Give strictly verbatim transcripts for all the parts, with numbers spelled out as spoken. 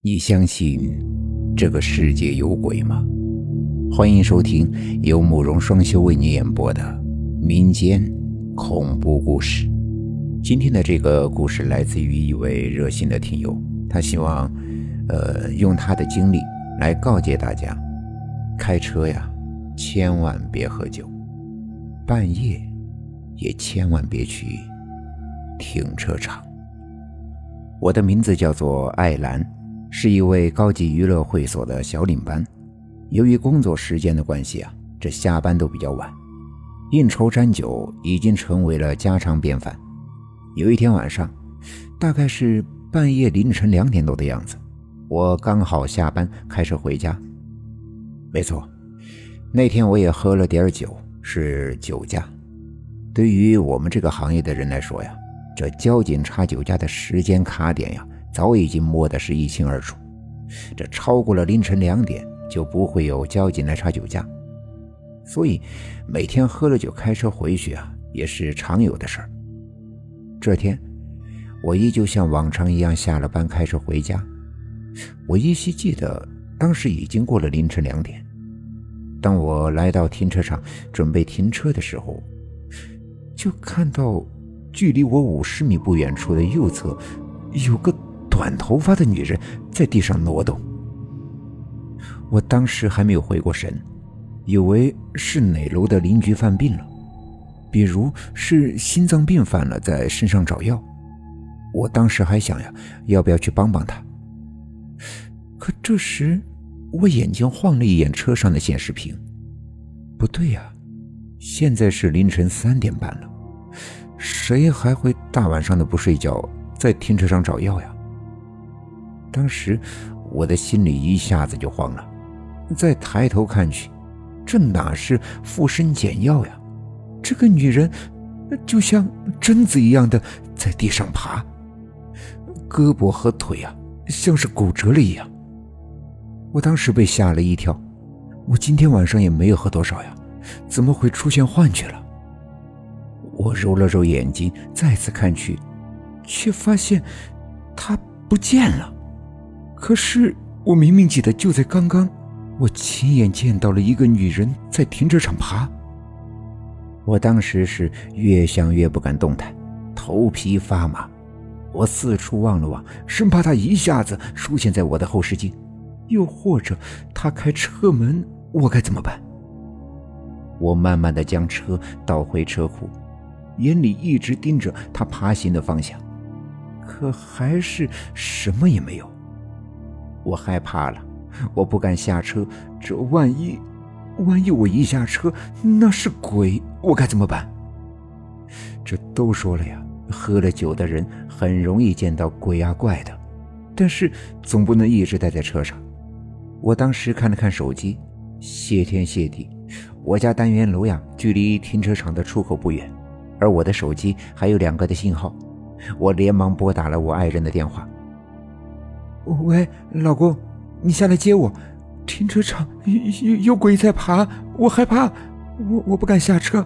你相信这个世界有鬼吗？欢迎收听由慕容双修为你演播的民间恐怖故事。今天的这个故事来自于一位热心的听友，他希望呃用他的经历来告诫大家，开车呀千万别喝酒，半夜也千万别去停车场。我的名字叫做艾兰，是一位高级娱乐会所的小领班。由于工作时间的关系啊，这下班都比较晚，应酬沾酒已经成为了家常便饭。有一天晚上，大概是半夜凌晨两点多的样子，我刚好下班开车回家。没错，那天我也喝了点酒，是酒驾。对于我们这个行业的人来说呀，这交警查酒驾的时间卡点呀，早已经摸得是一清二楚。这超过了凌晨两点，就不会有交警来查酒驾。所以每天喝了酒开车回去啊，也是常有的事儿。这天我依旧像往常一样下了班开车回家。我依稀记得当时已经过了凌晨两点。当我来到停车场准备停车的时候，就看到距离我五十米不远处的右侧有个短头发的女人在地上挪动。我当时还没有回过神，以为是哪楼的邻居犯病了，比如是心脏病犯了，在身上找药。我当时还想呀，要不要去帮帮他。可这时我眼睛晃了一眼车上的显示屏，不对呀，现在是凌晨三点半了，谁还会大晚上的不睡觉在停车场找药呀？当时我的心里一下子就慌了，再抬头看去，这哪是附身捡药呀，这个女人就像贞子一样的在地上爬，胳膊和腿啊像是骨折了一样。我当时被吓了一跳，我今天晚上也没有喝多少呀，怎么会出现幻觉了？我揉了揉眼睛再次看去，却发现她不见了。可是我明明记得就在刚刚，我亲眼见到了一个女人在停车场爬。我当时是越想越不敢动弹，头皮发麻。我四处望了望，生怕她一下子出现在我的后视镜，又或者她开车门，我该怎么办？我慢慢地将车倒回车库，眼里一直盯着她爬行的方向，可还是什么也没有。我害怕了，我不敢下车，这万一万一我一下车那是鬼，我该怎么办？这都说了呀，喝了酒的人很容易见到鬼啊怪的，但是总不能一直待在车上。我当时看了看手机，谢天谢地，我家单元楼呀距离停车场的出口不远，而我的手机还有两个的信号。我连忙拨打了我爱人的电话。喂，老公，你下来接我，停车场有有有鬼在爬，我害怕，我我不敢下车。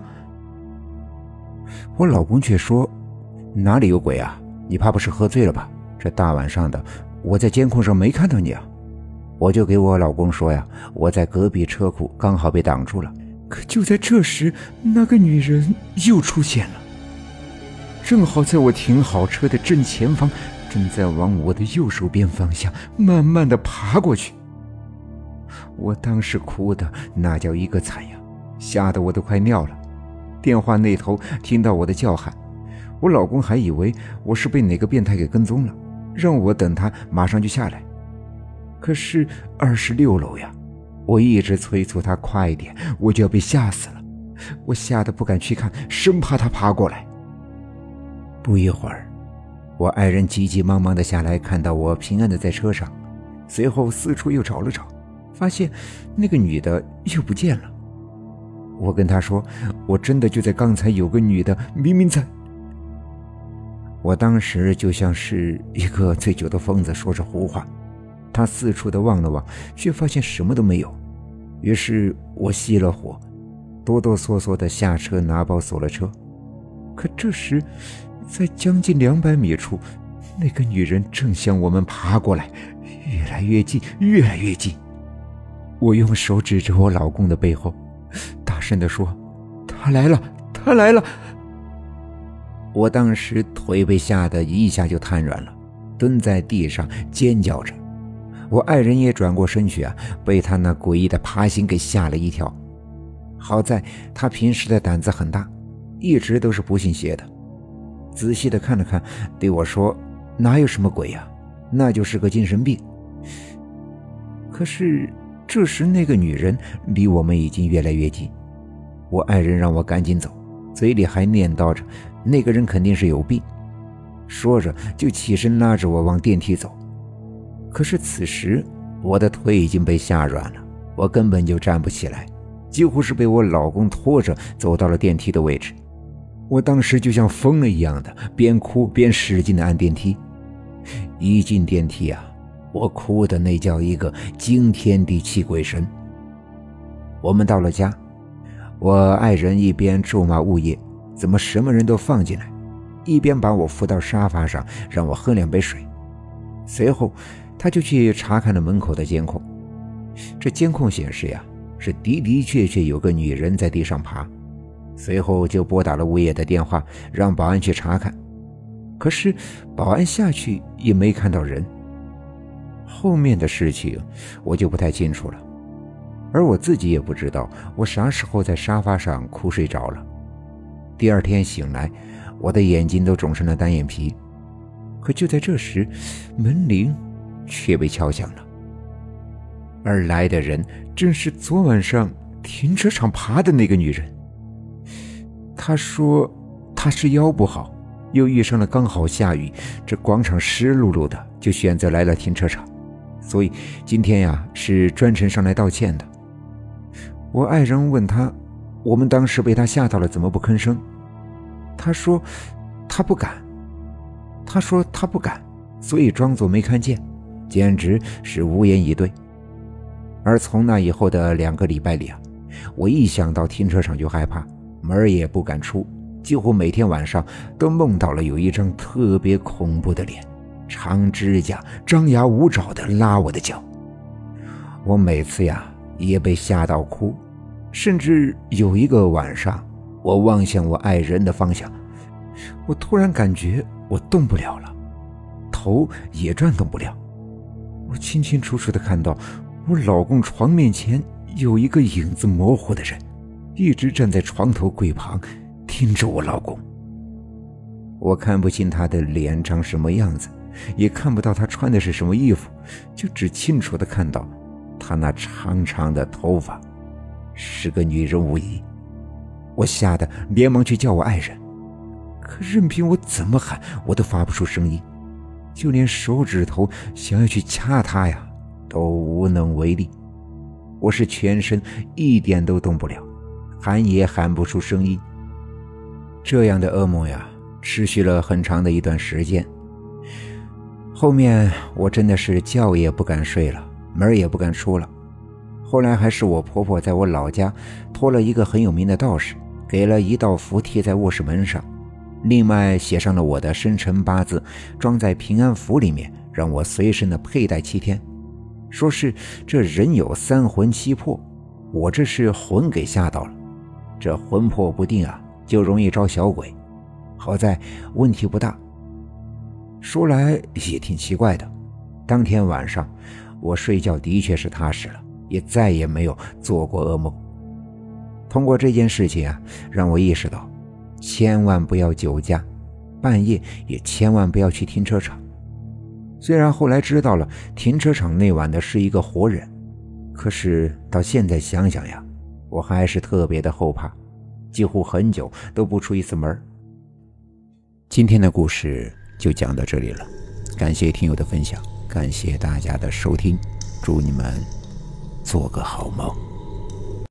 我老公却说，哪里有鬼啊，你怕不是喝醉了吧，这大晚上的，我在监控上没看到你啊。我就给我老公说呀，我在隔壁车库刚好被挡住了。可就在这时，那个女人又出现了，正好在我停好车的正前方，正在往我的右手边方向慢慢地爬过去。我当时哭的那叫一个惨呀，吓得我都快尿了。电话那头听到我的叫喊，我老公还以为我是被哪个变态给跟踪了，让我等他马上就下来。可是二十六楼呀，我一直催促他快一点，我就要被吓死了。我吓得不敢去看，生怕他爬过来。不一会儿，我爱人急急忙忙地下来，看到我平安地在车上，随后四处又找了找，发现那个女的又不见了。我跟他说，我真的就在刚才有个女的明明在……我当时就像是一个醉酒的疯子说着胡话。他四处的望了望，却发现什么都没有。于是我熄了火，哆哆嗦嗦的下车拿包锁了车。可这时在将近两百米处，那个女人正向我们爬过来， 越来越近，越来越近。我用手指着我老公的背后，大声地说：他来了，他来了。我当时腿被吓得一下就瘫软了，蹲在地上尖叫着。我爱人也转过身去啊，被他那诡异的爬行给吓了一跳。好在他平时的胆子很大，一直都是不信邪的。仔细的看了看，对我说：哪有什么鬼呀，那就是个精神病。可是这时那个女人离我们已经越来越近，我爱人让我赶紧走，嘴里还念叨着那个人肯定是有病，说着就起身拉着我往电梯走。可是此时我的腿已经被吓软了，我根本就站不起来，几乎是被我老公拖着走到了电梯的位置。我当时就像疯了一样的边哭边使劲的按电梯。一进电梯啊，我哭的那叫一个惊天地泣鬼神。我们到了家，我爱人一边咒骂物业怎么什么人都放进来，一边把我扶到沙发上让我喝两杯水。随后他就去查看了门口的监控，这监控显示呀，是的的确确有个女人在地上爬。随后就拨打了物业的电话，让保安去查看。可是保安下去也没看到人。后面的事情我就不太清楚了，而我自己也不知道我啥时候在沙发上哭睡着了。第二天醒来，我的眼睛都肿成了单眼皮。可就在这时，门铃却被敲响了，而来的人正是昨晚上停车场爬的那个女人。她说她是腰不好，又遇上了刚好下雨，这广场湿漉漉的，就选择来了停车场，所以今天呀是专程上来道歉的。我爱人问她，我们当时被她吓到了，怎么不吭声？她说她不敢，她说她不敢，所以装作没看见，简直是无言以对。而从那以后的两个礼拜里啊，我一想到停车场就害怕，门也不敢出，几乎每天晚上都梦到了有一张特别恐怖的脸，长指甲，张牙舞爪的拉我的脚。我每次呀也被吓到哭，甚至有一个晚上，我望向我爱人的方向，我突然感觉我动不了了，头也转动不了。我清清楚楚地看到我老公床面前有一个影子模糊的人，一直站在床头柜旁盯着我老公。我看不清他的脸长什么样子，也看不到他穿的是什么衣服，就只清楚地看到他那长长的头发，是个女人无疑。我吓得连忙去叫我爱人，可任凭我怎么喊，我都发不出声音，就连手指头想要去掐他呀，都无能为力。我是全身一点都动不了，喊也喊不出声音。这样的噩梦呀，持续了很长的一段时间。后面我真的是觉也不敢睡了，门也不敢出了。后来还是我婆婆在我老家托了一个很有名的道士，给了一道符贴在卧室门上，另外写上了我的生辰八字，装在平安符里面，让我随身的佩戴七天。说是这人有三魂七魄，我这是魂给吓到了，这魂魄不定啊，就容易招小鬼。好在问题不大。说来也挺奇怪的，当天晚上我睡觉的确是踏实了，也再也没有做过噩梦。通过这件事情啊，让我意识到千万不要酒驾，半夜也千万不要去停车场。虽然后来知道了停车场那晚的是一个活人，可是到现在想想呀，我还是特别的后怕，几乎很久都不出一次门。今天的故事就讲到这里了，感谢听友的分享，感谢大家的收听，祝你们做个好梦。